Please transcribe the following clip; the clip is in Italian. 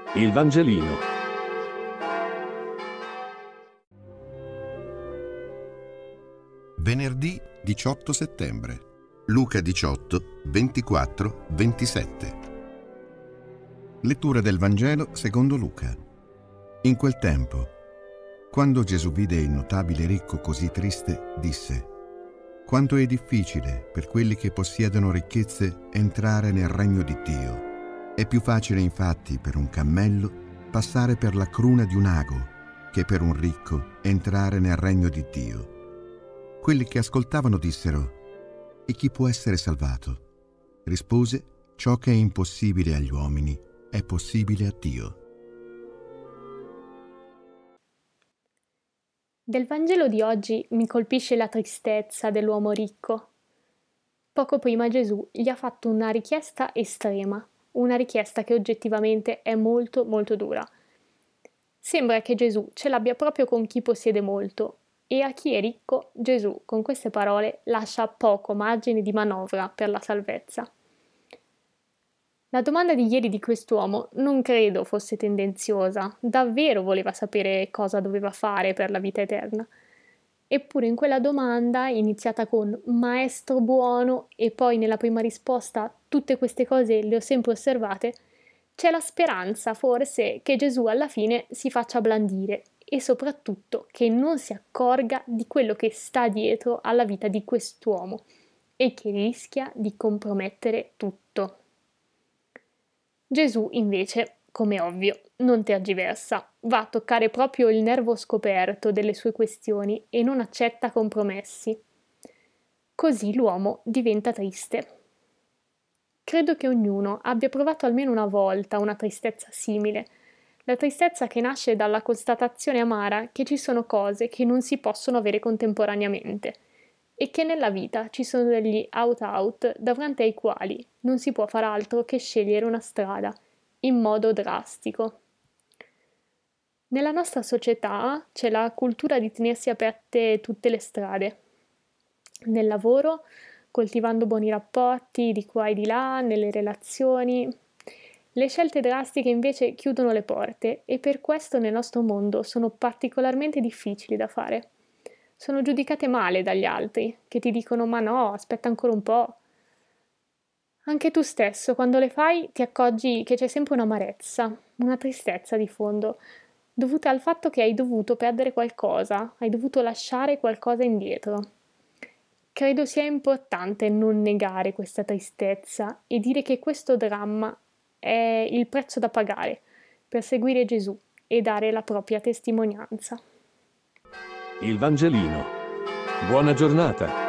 Il Vangelino. Venerdì 18 settembre. Luca 18, 24, 27. Lettura del Vangelo secondo Luca. In quel tempo, quando Gesù vide il notabile ricco così triste, disse: «Quanto è difficile per quelli che possiedono ricchezze entrare nel regno di Dio. È più facile infatti per un cammello passare per la cruna di un ago che per un ricco entrare nel regno di Dio». Quelli che ascoltavano dissero: «E chi può essere salvato?» Rispose: «Ciò che è impossibile agli uomini è possibile a Dio». Del Vangelo di oggi mi colpisce la tristezza dell'uomo ricco. Poco prima Gesù gli ha fatto una richiesta estrema, una richiesta che oggettivamente è molto molto dura. Sembra che Gesù ce l'abbia proprio con chi possiede molto, e a chi è ricco Gesù con queste parole lascia poco margine di manovra per la salvezza. La domanda di ieri di quest'uomo non credo fosse tendenziosa, davvero voleva sapere cosa doveva fare per la vita eterna. Eppure in quella domanda, iniziata con «maestro buono» e poi nella prima risposta «tutte queste cose le ho sempre osservate», c'è la speranza forse che Gesù alla fine si faccia blandire e soprattutto che non si accorga di quello che sta dietro alla vita di quest'uomo e che rischia di compromettere tutto. Gesù, invece, come ovvio, non tergiversa, va a toccare proprio il nervo scoperto delle sue questioni e non accetta compromessi. Così l'uomo diventa triste. Credo che ognuno abbia provato almeno una volta una tristezza simile, la tristezza che nasce dalla constatazione amara che ci sono cose che non si possono avere contemporaneamente e che nella vita ci sono degli out-out davanti ai quali non si può far altro che scegliere una strada, in modo drastico. Nella nostra società c'è la cultura di tenersi aperte tutte le strade. Nel lavoro, coltivando buoni rapporti di qua e di là, nelle relazioni. Le scelte drastiche invece chiudono le porte e per questo nel nostro mondo sono particolarmente difficili da fare. Sono giudicate male dagli altri, che ti dicono «ma no, aspetta ancora un po'». Anche tu stesso, quando le fai, ti accorgi che c'è sempre un'amarezza, una tristezza di fondo, dovuta al fatto che hai dovuto perdere qualcosa, hai dovuto lasciare qualcosa indietro. Credo sia importante non negare questa tristezza e dire che questo dramma è il prezzo da pagare per seguire Gesù e dare la propria testimonianza. Il Vangelino. Buona giornata.